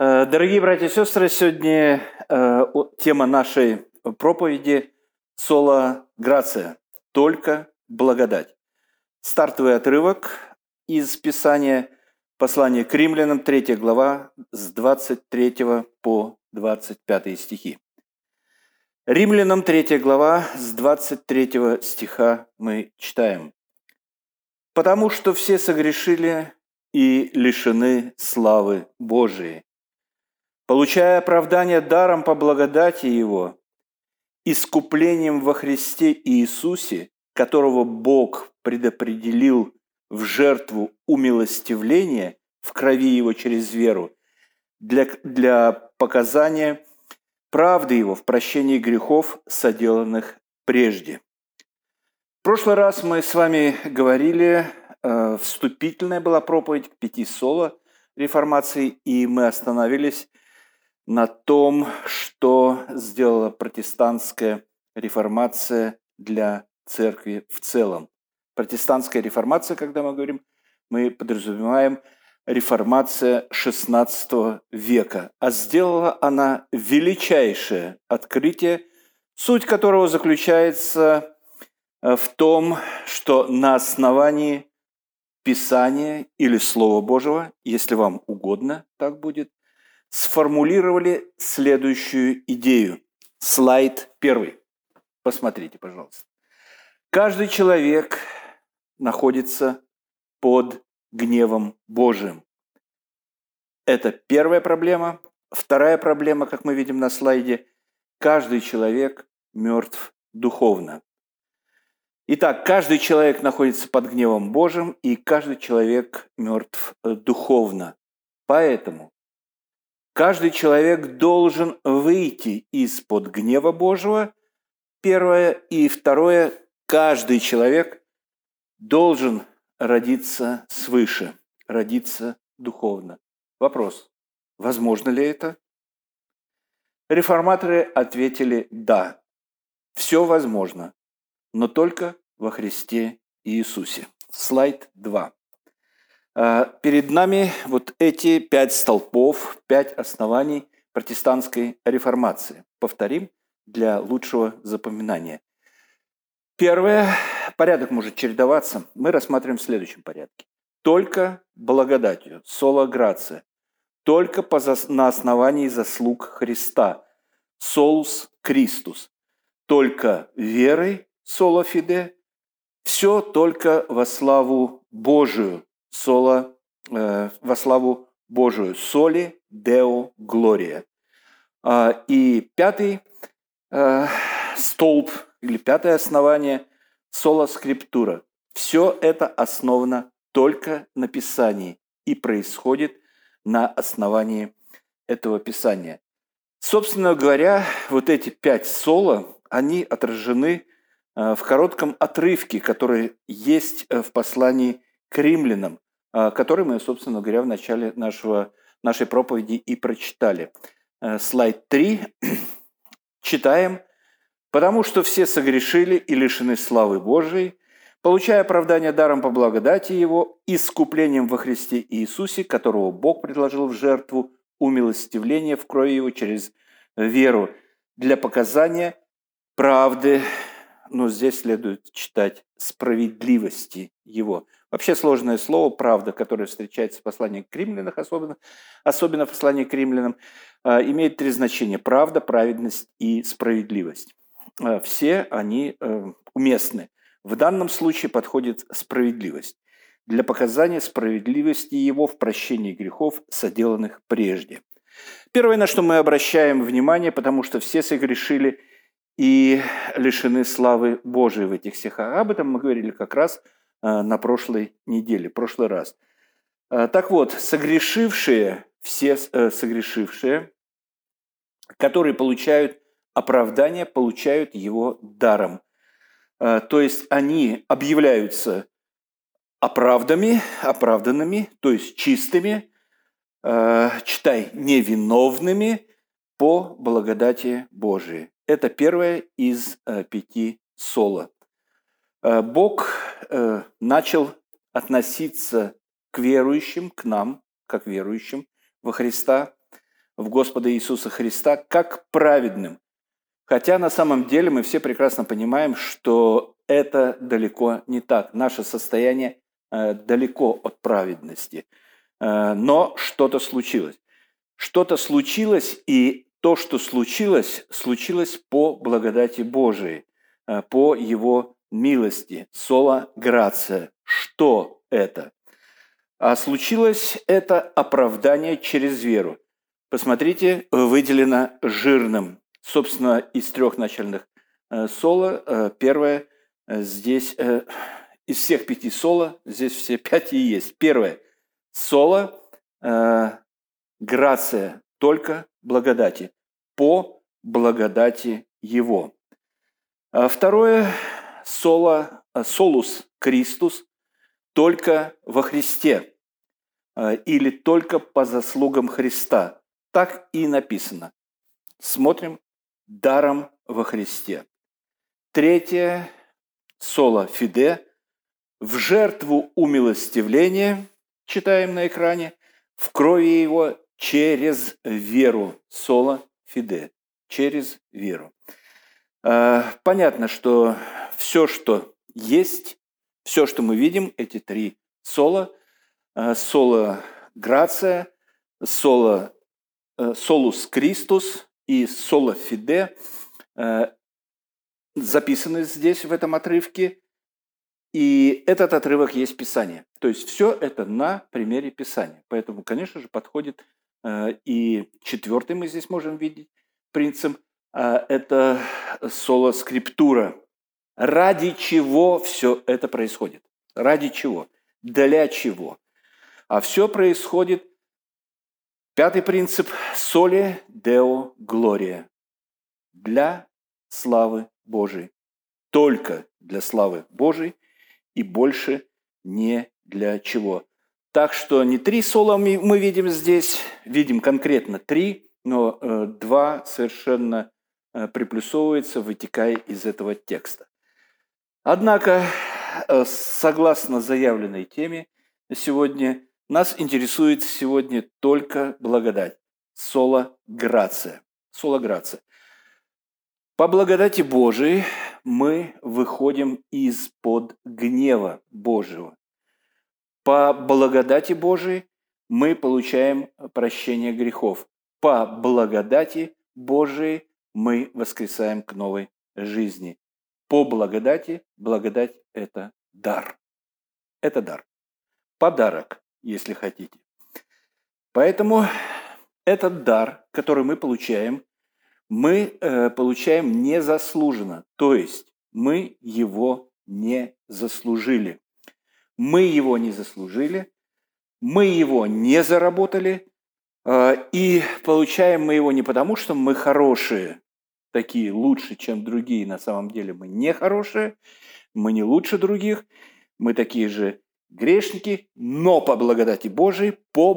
Дорогие братья и сестры, сегодня тема нашей проповеди «Сола Грация» – «Только благодать». Стартовый отрывок из Писания, послание к Римлянам, 3 глава, с 23 по 25 стихи. Римлянам, 3 глава, с 23 стиха мы читаем. «Потому что все согрешили и лишены славы Божией, получая оправдание даром по благодати Его, искуплением во Христе Иисусе, которого Бог предопределил в жертву умилостивления в крови Его через веру, для показания правды Его в прощении грехов, соделанных прежде». В прошлый раз мы с вами говорили, вступительная была проповедь к 5 сола реформации, и мы остановились на том, что сделала протестантская реформация для церкви в целом. Протестантская реформация, когда мы говорим, мы подразумеваем реформация XVI века. А сделала она величайшее открытие, суть которого заключается в том, что на основании Писания или Слова Божьего, если вам угодно, так будет, сформулировали следующую идею. Слайд 1. Посмотрите, пожалуйста. Каждый человек находится под гневом Божиим. Это первая проблема. Вторая проблема, как мы видим на слайде, каждый человек мертв духовно. Итак, каждый человек находится под гневом Божьим, и каждый человек мертв духовно. Поэтому каждый человек должен выйти из-под гнева Божьего, первое. И второе, каждый человек должен родиться свыше, родиться духовно. Вопрос, возможно ли это? Реформаторы ответили «да». Все возможно, но только во Христе Иисусе. Слайд 2. Перед нами вот эти 5 столпов, 5 оснований протестантской реформации. Повторим для лучшего запоминания. Первое. Порядок может чередоваться. Мы рассматриваем в следующем порядке. Только благодатью, сола грация. Только на основании заслуг Христа. Солус Кристус. Только верой, сола фиде. Все только во славу Божию. Во славу Божию. Соли Део Глория. И пятый столб или пятое основание сола скриптура. Все это основано только на Писании и происходит на основании этого Писания. Собственно говоря, вот эти 5 сола, они отражены в коротком отрывке, который есть в послании к римлянам, который мы, собственно говоря, в начале нашей проповеди и прочитали. Слайд 3. Читаем. «Потому что все согрешили и лишены славы Божией, получая оправдание даром по благодати Его, искуплением во Христе Иисусе, которого Бог предложил в жертву умилостивления в крови Его через веру для показания правды». Но здесь следует читать справедливости Его. Вообще сложное слово «правда», которое встречается в послании к римлянам, особенно в послании к римлянам, имеет 3 значения – правда, праведность и справедливость. Все они уместны. В данном случае подходит справедливость для показания справедливости Его в прощении грехов, соделанных прежде. Первое, на что мы обращаем внимание, потому что все согрешили и лишены славы Божией в этих стихах. Об этом мы говорили как раз на прошлой неделе, прошлый раз. Так вот, согрешившие, все согрешившие, которые получают оправдание, получают его даром. То есть они объявляются оправданными, то есть чистыми, читай, невиновными по благодати Божией. Это первое из 5 сола. Бог начал относиться к верующим, к нам, как верующим во Христа, в Господа Иисуса Христа как праведным. Хотя на самом деле мы все прекрасно понимаем, что это далеко не так. Наше состояние далеко от праведности. Но что-то случилось. Что-то случилось, и то, что случилось, случилось по благодати Божией, по Его милости. Сола грация. Что это? А случилось это оправдание через веру. Посмотрите, выделено жирным. Собственно, из 3 начальных сола первое здесь, из всех 5 сола, здесь все 5 и есть. Первое – сола, грация, только благодати, по благодати Его. Второе – солус Christus, только во Христе, или только по заслугам Христа. Так и написано. Смотрим, даром во Христе. Третье – соло фиде, в жертву умилостивления, читаем на экране, в крови Его через веру. Соло фиде, через веру. Понятно, что все, что есть, все, что мы видим, эти 3 сола, соло грация, солус Christus и соло фиде, записаны здесь, в этом отрывке, и этот отрывок есть Писание. То есть все это на примере Писания. Поэтому, конечно же, подходит и 4-й мы здесь можем видеть принцип, это соло скриптура. Ради чего все это происходит? Ради чего? Для чего? А все происходит, 5-й принцип, соли део глория, для славы Божией. Только для славы Божией и больше не для чего. Так что не 3 сола мы видим здесь, видим конкретно 3, но 2 совершенно приплюсовывается, вытекая из этого текста. Однако, согласно заявленной теме сегодня, нас интересует сегодня только благодать. Сола грация. Сола грация. По благодати Божией мы выходим из-под гнева Божьего. По благодати Божией мы получаем прощение грехов. По благодати Божией мы воскресаем к новой жизни. По благодати, благодать – это дар. Это дар. Подарок, если хотите. Поэтому этот дар, который мы получаем незаслуженно. То есть мы его не заслужили. Мы его не заслужили, мы его не заработали, и получаем мы его не потому, что мы хорошие, такие лучше, чем другие. На самом деле мы не хорошие, мы не лучше других, мы такие же грешники, но по благодати Божией,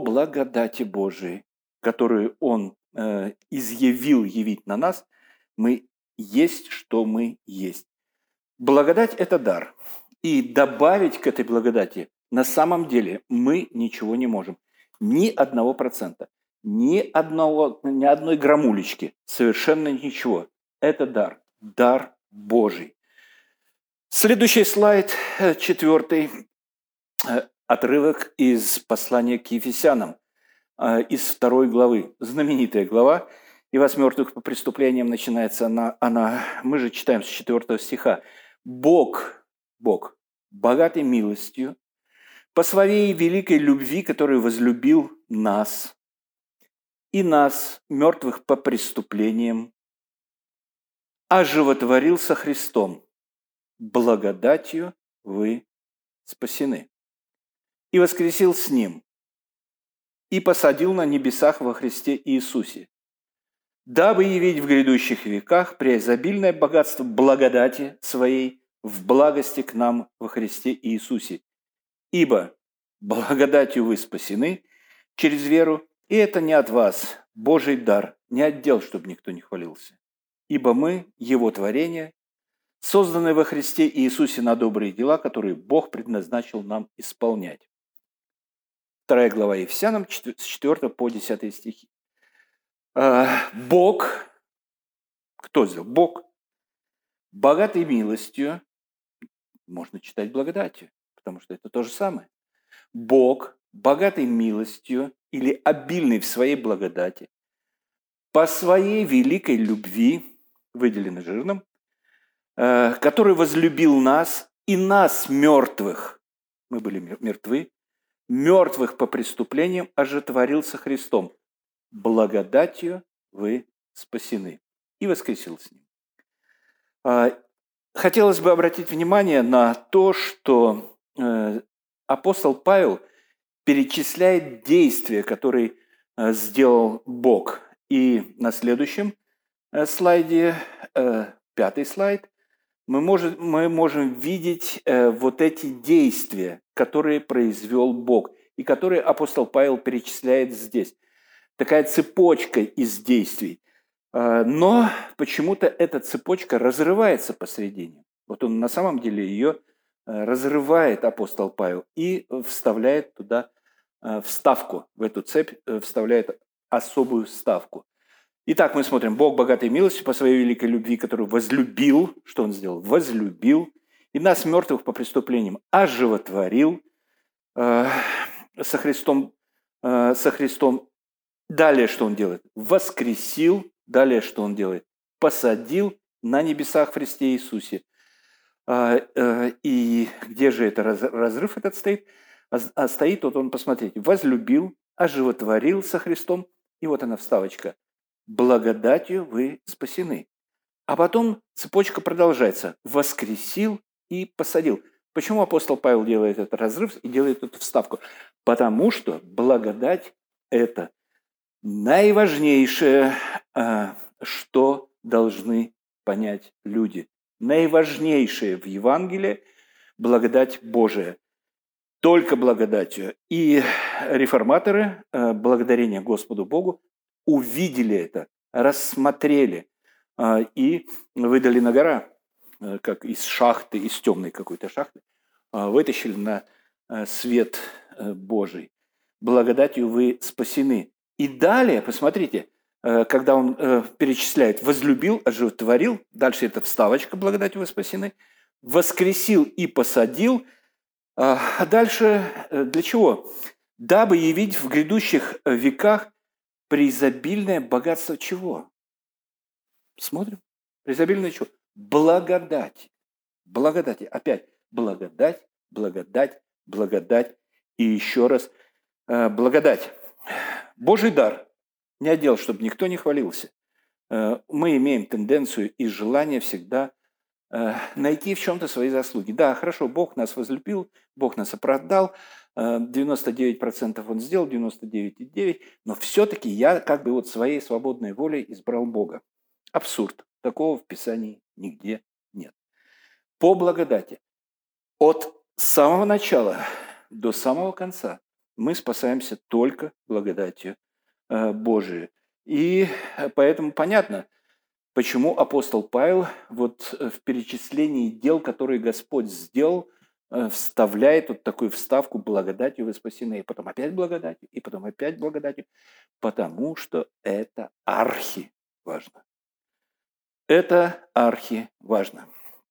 которую Он явить на нас, мы есть, что мы есть. Благодать – это дар. И добавить к этой благодати на самом деле мы ничего не можем. Ни 1%, ни одной грамулечки, совершенно ничего. Это дар. Дар Божий. Следующий слайд, 4-й, отрывок из послания к Ефесянам, из 2 главы. Знаменитая глава. «И вас мертвых по преступлениям» начинается она. Мы же читаем с 4 стиха. Бог, богатой милостью, по своей великой любви, который возлюбил нас, и нас, мертвых по преступлениям, оживотворил со Христом. Благодатью вы спасены. И воскресил с Ним, и посадил на небесах во Христе Иисусе, дабы явить в грядущих веках преизобильное богатство благодати Своей в благости к нам во Христе Иисусе. Ибо благодатью вы спасены через веру, и это не от вас, Божий дар, не отдел, чтобы никто не хвалился. Ибо мы, Его творение, созданные во Христе Иисусе на добрые дела, которые Бог предназначил нам исполнять». 2 глава Ефесянам, с 4 по 10 стихи. Бог, кто сделал? Бог, богатый милостью, можно читать благодатью, потому что это то же самое. Бог, богатый милостью или обильный в своей благодати, по своей великой любви, выделено жирным, который возлюбил нас и нас, мертвых, мы были мертвы, мертвых по преступлениям, оживотворил со Христом. Благодатью вы спасены. И воскресил с ним. Хотелось бы обратить внимание на то, что апостол Павел перечисляет действия, которые сделал Бог. И на следующем слайде, 5-й слайд, мы можем видеть вот эти действия, которые произвел Бог, и которые апостол Павел перечисляет здесь. Такая цепочка из действий. Но почему-то эта цепочка разрывается посредине. Вот он на самом деле ее разрывает, апостол Павел, и вставляет туда вставку, в эту цепь вставляет особую вставку. Итак, мы смотрим, Бог богатый милостью по своей великой любви, который возлюбил, что Он сделал? Возлюбил, и нас, мертвых по преступлениям, оживотворил со Христом. Далее, что Он делает? Воскресил. Далее, что Он делает? Посадил на небесах в Христе Иисусе. И где же это разрыв этот стоит? Стоит, вот он, посмотрите, возлюбил, оживотворил со Христом. И вот она вставочка. Благодатью вы спасены. А потом цепочка продолжается. Воскресил и посадил. Почему апостол Павел делает этот разрыв и делает эту вставку? Потому что благодать – это наиважнейшее, что должны понять люди. Наиважнейшее в Евангелии – благодать Божия. Только благодатью. И реформаторы, благодарение Господу Богу, увидели это, рассмотрели и выдали на гора, как из шахты, из темной какой-то шахты, вытащили на свет Божий. Благодатью вы спасены. И далее, посмотрите, когда он перечисляет, возлюбил, оживотворил, дальше это вставочка, благодатью вы спасены, воскресил и посадил, а дальше для чего? Дабы явить в грядущих веках преизобильное богатство чего? Смотрим. Преизобильное чего? Благодать. Благодать. Опять благодать, благодать, благодать и еще раз благодать. Божий дар. Не отдел, чтобы никто не хвалился. Мы имеем тенденцию и желание всегда найти в чем-то свои заслуги. Да, хорошо, Бог нас возлюбил, Бог нас оправдал, 99% Он сделал, 99,9%, но все-таки я как бы вот своей свободной волей избрал Бога. Абсурд. Такого в Писании нигде нет. По благодати. От самого начала до самого конца мы спасаемся только благодатью Божией. И поэтому понятно, почему апостол Павел вот в перечислении дел, которые Господь сделал, вставляет вот такую вставку благодатью вы спасены, и потом опять благодатью, и потом опять благодатью, потому что это архи важно. Это архи важно.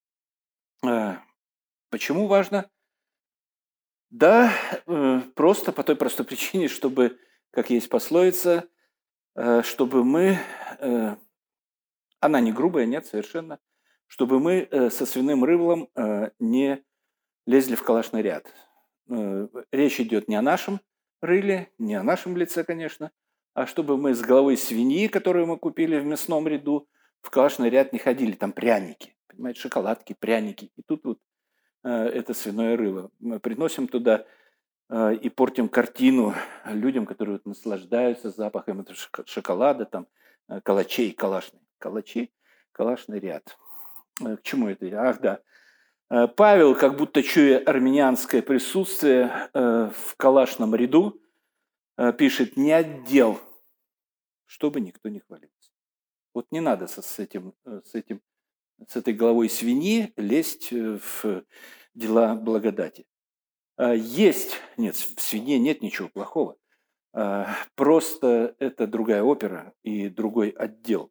Почему важно? Да, просто по той простой причине, чтобы, как есть пословица, чтобы мы, она не грубая, нет, совершенно, чтобы мы со свиным рылом не лезли в калашный ряд. Речь идет не о нашем рыле, не о нашем лице, конечно, а чтобы мы с головой свиньи, которую мы купили в мясном ряду, в калашный ряд не ходили. Там пряники, понимаете, шоколадки, пряники. И тут вот это свиное рыло. Мы приносим туда и портим картину людям, которые вот наслаждаются запахом этого шоколада, там, калачей, калашный. Калачи, калашный ряд. К чему это? Ах, да. Павел, как будто чуя армянское присутствие в калашном ряду, пишет: «Не отдел, чтобы никто не хвалился». Вот не надо с этой головой свиньи лезть в дела благодати. Нет, в свинье нет ничего плохого. Просто это другая опера и другой отдел.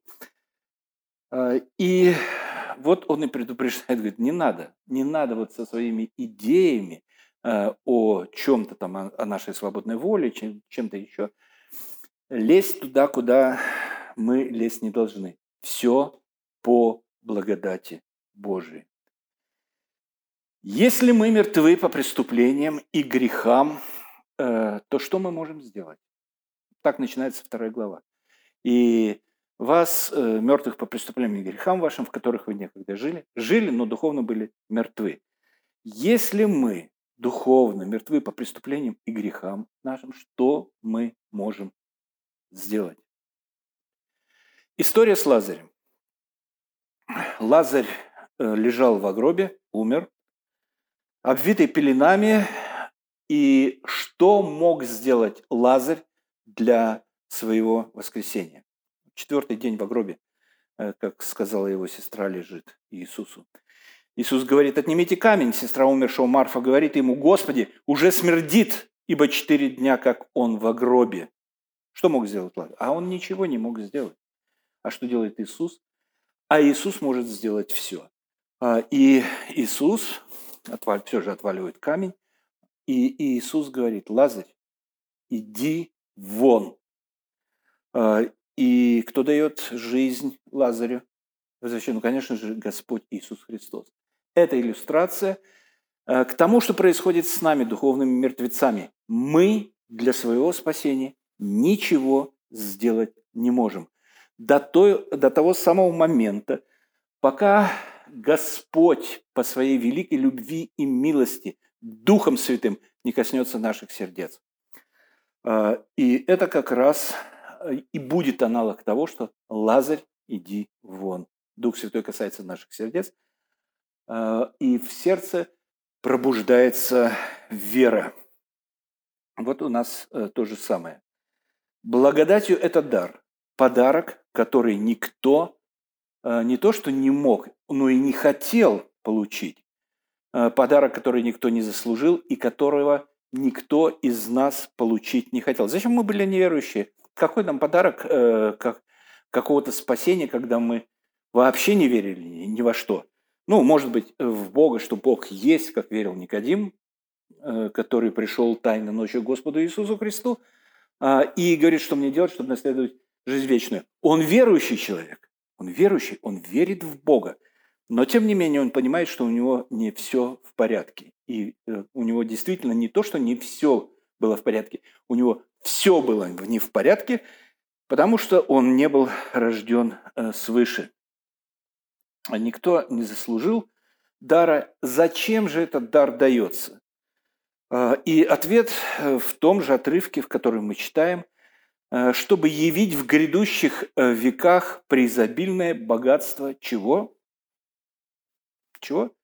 И вот он и предупреждает, говорит, не надо вот со своими идеями о чем-то там, о нашей свободной воле, чем-то еще, лезть туда, куда мы лезть не должны. Все по благодати Божией. Если мы мертвы по преступлениям и грехам, то что мы можем сделать? Так начинается 2 глава. И вас, мертвых по преступлениям и грехам вашим, в которых вы некогда жили, но духовно были мертвы. Если мы духовно мертвы по преступлениям и грехам нашим, что мы можем сделать? История с Лазарем. Лазарь лежал в гробе, умер, обвитый пеленами. И что мог сделать Лазарь для своего воскресения? 4-й день в гробе, как сказала его сестра, лежит Иисусу. Иисус говорит, отнимите камень. Сестра умершего Марфа говорит ему, Господи, уже смердит, ибо 4 дня, как он в гробе. Что мог сделать Лазарь? А он ничего не мог сделать. А что делает Иисус? А Иисус может сделать все. И Иисус все же отваливает камень. И Иисус говорит, Лазарь, иди вон. И кто дает жизнь Лазарю? Ну, конечно же, Господь Иисус Христос. Это иллюстрация к тому, что происходит с нами, духовными мертвецами. Мы для своего спасения ничего сделать не можем. До того самого момента, пока Господь по своей великой любви и милости Духом Святым не коснется наших сердец. И это как раз и будет аналог того, что Лазарь, иди вон. Дух Святой касается наших сердец, и в сердце пробуждается вера. Вот у нас то же самое. Благодатью – это дар, подарок, который никто не то что не мог, но и не хотел получить. Подарок, который никто не заслужил и которого никто из нас получить не хотел. Зачем мы были неверующие? Какой нам подарок какого-то спасения, когда мы вообще не верили ни во что? Ну, может быть, в Бога, что Бог есть, как верил Никодим, который пришел тайно ночью к Господу Иисусу Христу, и говорит, что мне делать, чтобы наследовать жизнь вечную. Он верующий человек, он верующий, он верит в Бога. Но, тем не менее, он понимает, что у него не все в порядке. И у него действительно не то, что не все было в порядке. У него все было не в порядке, потому что он не был рожден свыше. А никто не заслужил дара. Зачем же этот дар дается? И ответ в том же отрывке, в котором мы читаем, чтобы явить в грядущих веках преизобильное богатство чего? Чего?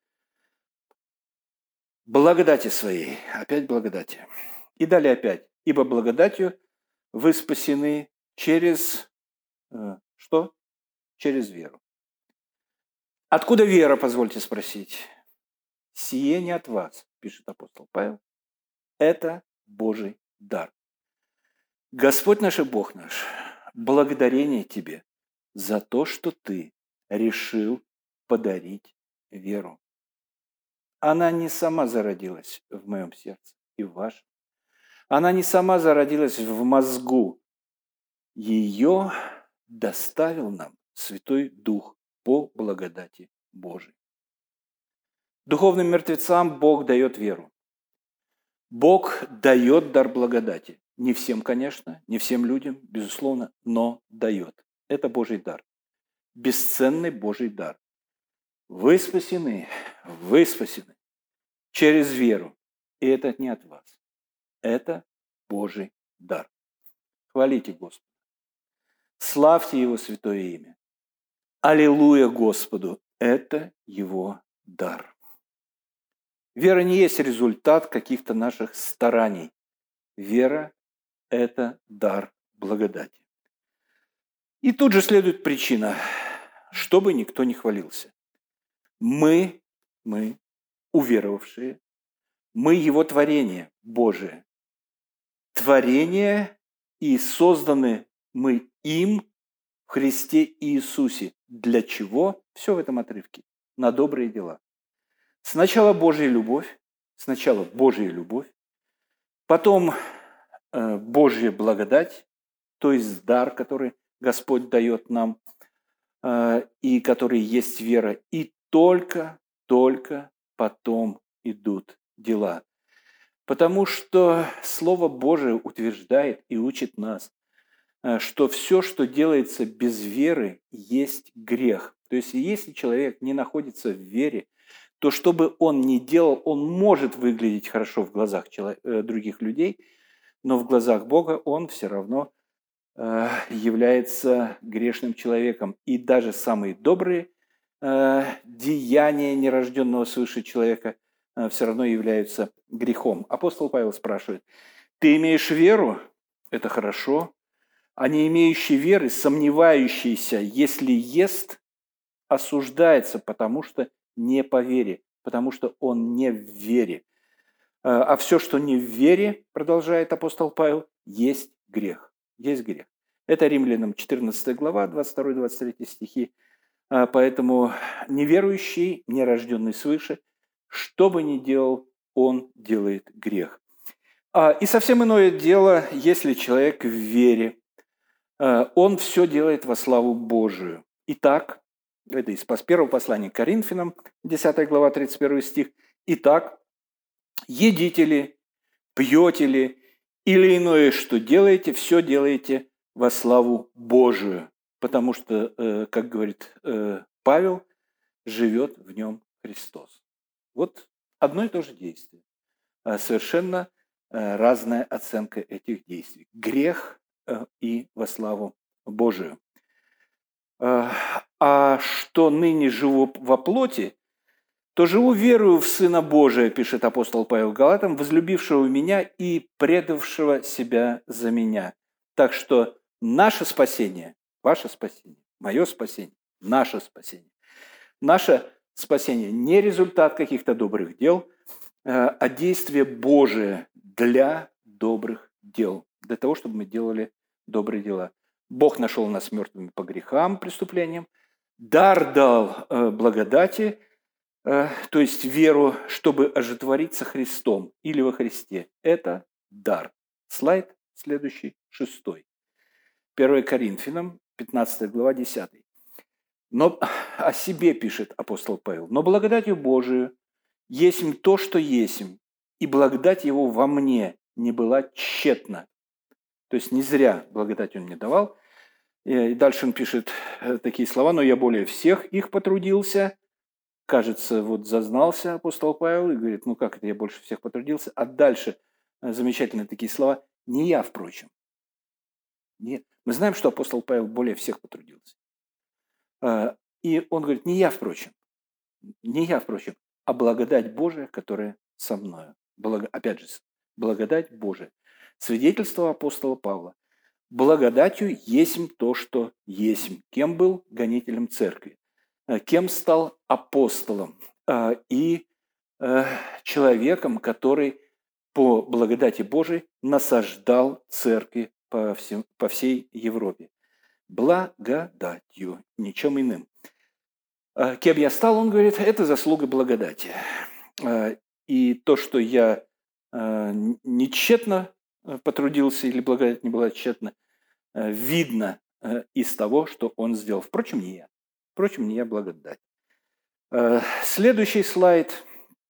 Благодати своей. Опять благодати. И далее опять. Ибо благодатью вы спасены через что? Через веру. Откуда вера, позвольте спросить? Сие не от вас, пишет апостол Павел. Это Божий дар. Господь наш и Бог наш, благодарение Тебе за то, что Ты решил подарить веру. Она не сама зародилась в моем сердце и в вашем. Она не сама зародилась в мозгу. Ее доставил нам Святой Дух по благодати Божией. Духовным мертвецам Бог дает веру. Бог дает дар благодати. Не всем, конечно, не всем людям, безусловно, но дает. Это Божий дар. Бесценный Божий дар. Вы спасены через веру. И это не от вас. Это Божий дар. Хвалите Господа. Славьте Его святое имя. Аллилуйя Господу. Это Его дар. Вера не есть результат каких-то наших стараний. Вера – это дар благодати. И тут же следует причина, чтобы никто не хвалился. Мы уверовавшие, мы Его творение Божие. Творение и созданы мы им в Христе Иисусе. Для чего? Все в этом отрывке. На добрые дела. Сначала Божья любовь, потом Божья благодать, то есть дар, который Господь дает нам, и который есть вера, и только потом идут дела. Потому что Слово Божие утверждает и учит нас, что все, что делается без веры, есть грех. То есть, если человек не находится в вере, то что бы он ни делал, он может выглядеть хорошо в глазах других людей, но в глазах Бога он все равно является грешным человеком. И даже самые добрые деяния нерожденного свыше человека все равно являются грехом. Апостол Павел спрашивает: ты имеешь веру? Это хорошо. А не имеющий веры, сомневающийся, если ест, осуждается, потому что не по вере, потому что он не в вере. А все, что не в вере, продолжает апостол Павел, есть грех. Есть грех. Это Римлянам 14 глава, 22-23 стихи. Поэтому неверующий, нерожденный свыше, что бы ни делал, он делает грех. И совсем иное дело, если человек в вере. Он все делает во славу Божию. Итак, это из первого послания к Коринфянам, 10 глава, 31 стих. Итак, едите ли, пьете ли, или иное, что делаете, все делаете во славу Божию. Потому что, как говорит Павел, живет в нем Христос. Вот одно и то же действие. Совершенно разная оценка этих действий. Грех и во славу Божию. А что ныне живу во плоти, то живу верою в Сына Божия, пишет апостол Павел Галатам, возлюбившего меня и предавшего себя за меня. Так что наше спасение, ваше спасение, мое спасение, наше спасение не результат каких-то добрых дел, а действие Божие для добрых дел, для того, чтобы мы делали добрые дела. Бог нашел нас мертвыми по грехам, преступлениям, дар дал благодати, то есть веру, чтобы ожитвориться Христом или во Христе. Это дар. Слайд следующий, 6. 1 Коринфянам, 15 глава, 10. Но о себе пишет апостол Павел. Но благодатью Божию есмь то, что есмь, и благодать его во мне не была тщетна. То есть не зря благодать он мне давал. И дальше он пишет такие слова: но я более всех их потрудился. Кажется, вот зазнался апостол Павел и говорит: ну как это я больше всех потрудился? А дальше замечательные такие слова: не я, впрочем. Нет. Мы знаем, что апостол Павел более всех потрудился. И он говорит: не я, впрочем, а благодать Божия, которая со мною. Опять же, благодать Божия. Свидетельство апостола Павла. Благодатью есмь то, что есмь. Кем был? Гонителем церкви. Кем стал? Апостолом. И человеком, который по благодати Божией насаждал церкви по всей Европе. Благодатью, ничем иным. Кем я стал, он говорит, это заслуга благодати. И то, что я нетщетно потрудился или благодать не была тщетна, видно из того, что он сделал. Впрочем, не я благодать. Следующий слайд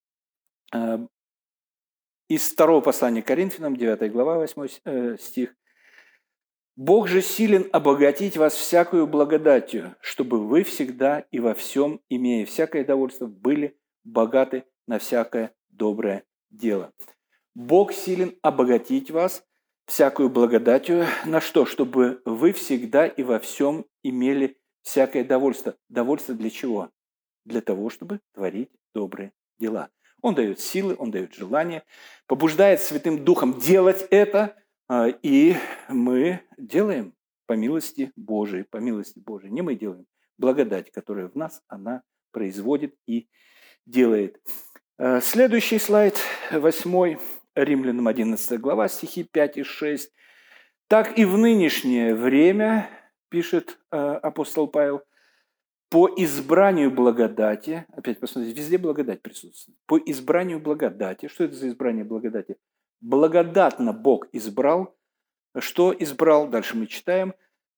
из второго послания к Коринфянам, 9 глава, 8 стих. «Бог же силен обогатить вас всякую благодатью, чтобы вы всегда и во всем, имея всякое довольство, были богаты на всякое доброе дело». Бог силен обогатить вас всякую благодатью. На что? Чтобы вы всегда и во всем имели всякое довольство. Довольство для чего? Для того, чтобы творить добрые дела. Он дает силы, он дает желание, побуждает Святым Духом делать это, и мы делаем по милости Божией, Не мы делаем. Благодать, которая в нас, она производит и делает. Следующий слайд, 8, Римлянам 11 глава, стихи 5 и 6. Так и в нынешнее время, пишет апостол Павел, по избранию благодати, опять посмотрите, везде благодать присутствует, по избранию благодати, что это за избрание благодати? Благодатно Бог избрал, что избрал, дальше мы читаем,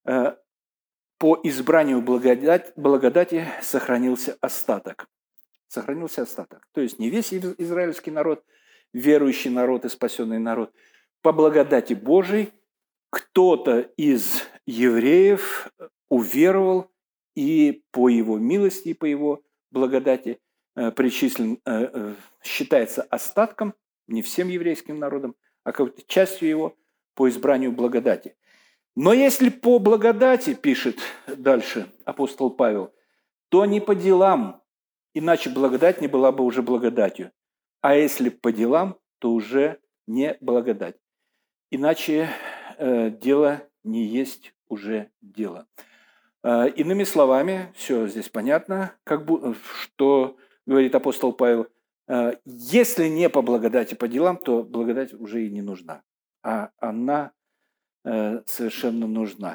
по избранию благодати сохранился остаток. Сохранился остаток. То есть не весь израильский народ, верующий народ и спасенный народ. По благодати Божией кто-то из евреев уверовал и по его милости, и по его благодати причислен, считается остатком, не всем еврейским народом, а какой-то частью его по избранию благодати. Но если по благодати, пишет дальше апостол Павел, то не по делам, иначе благодать не была бы уже благодатью. А если по делам, то уже не благодать. Иначе дело не есть уже дело. Иными словами, все здесь понятно, что говорит апостол Павел. Если не по благодати, по делам, то благодать уже и не нужна. А она совершенно нужна.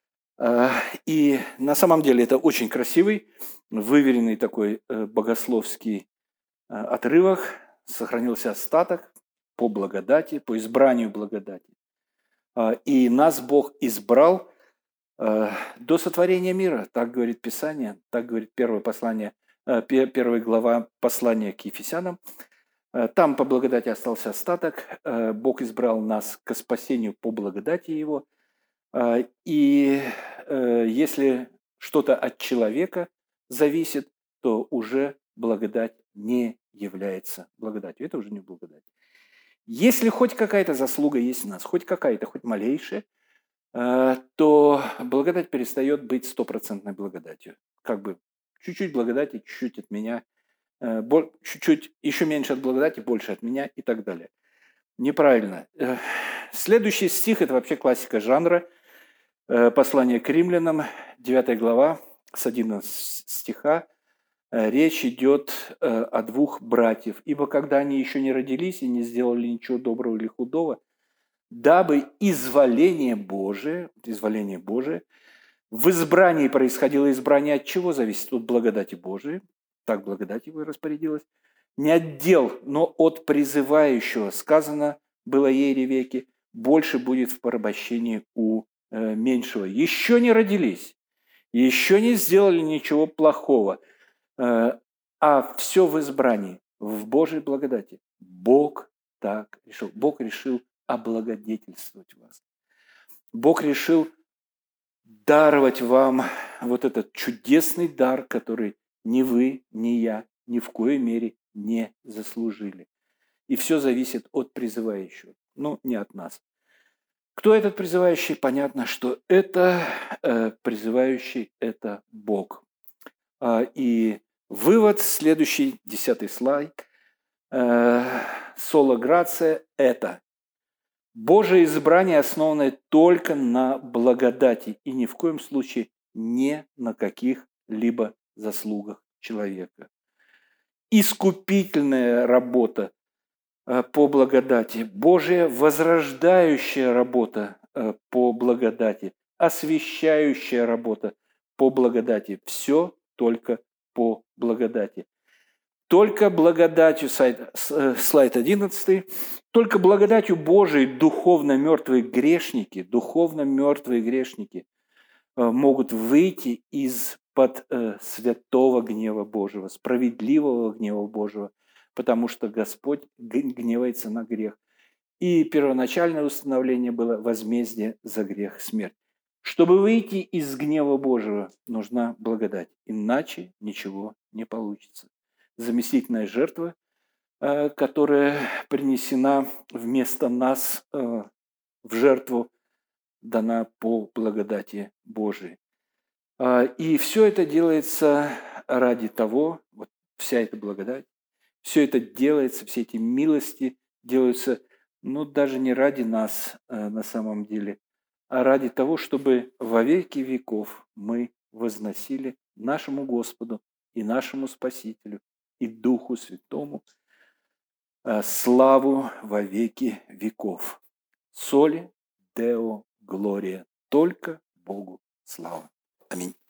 И на самом деле это очень красивый, выверенный такой богословский отрывок. Сохранился остаток по благодати, по избранию благодати. И нас Бог избрал до сотворения мира, так говорит Писание, так говорит первая глава послания к Ефесянам. Там по благодати остался остаток. Бог избрал нас к спасению по благодати Его. И если что-то от человека зависит, то уже благодать не является благодатью. Это уже не благодать. Если хоть какая-то заслуга есть у нас, хоть какая-то, хоть малейшая, то благодать перестает быть стопроцентной благодатью. Как бы чуть-чуть благодати, чуть-чуть от меня, чуть-чуть еще меньше от благодати, больше от меня и так далее. Неправильно. Следующий стих – это вообще классика жанра. Послание к римлянам, 9 глава, с 11 стиха. Речь идет о двух братьев. «Ибо когда они еще не родились и не сделали ничего доброго или худого, дабы изволение Божие, в избрании происходило избрание от чего зависит? От благодати Божией, так благодать его и распорядилась, не от дел, но от призывающего. Сказано было ей, Ревекке, больше будет в порабощении у меньшего». Еще не родились, еще не сделали ничего плохого, а все в избрании, в Божьей благодати. Бог так решил. Бог решил облагодетельствовать вас. Бог решил даровать вам вот этот чудесный дар, который ни вы, ни я ни в коей мере не заслужили. И все зависит от призывающего, не от нас. Кто этот призывающий? Понятно, что это призывающий – это Бог. И вывод следующий, 10 слайд. Сола грация – это Божие избрание, основанное только на благодати и ни в коем случае не на каких-либо заслугах человека. Искупительная работа по благодати, Божья возрождающая работа по благодати, освящающая работа по благодати. Все только по благодати. Только благодатью, слайд 11, только благодатью Божией духовно мертвые грешники могут выйти из-под святого гнева Божьего, справедливого гнева Божьего, потому что Господь гневается на грех. И первоначальное установление было возмездие за грех смерть. Чтобы выйти из гнева Божьего, нужна благодать, иначе ничего не получится. Заместительная жертва, которая принесена вместо нас в жертву, дана по благодати Божией. И все это делается ради того, вот вся эта благодать, все это делается, все эти милости делаются, даже не ради нас на самом деле, а ради того, чтобы во веки веков мы возносили нашему Господу и нашему Спасителю и Духу Святому славу во веки веков. Соли Део глория, только Богу слава. Аминь.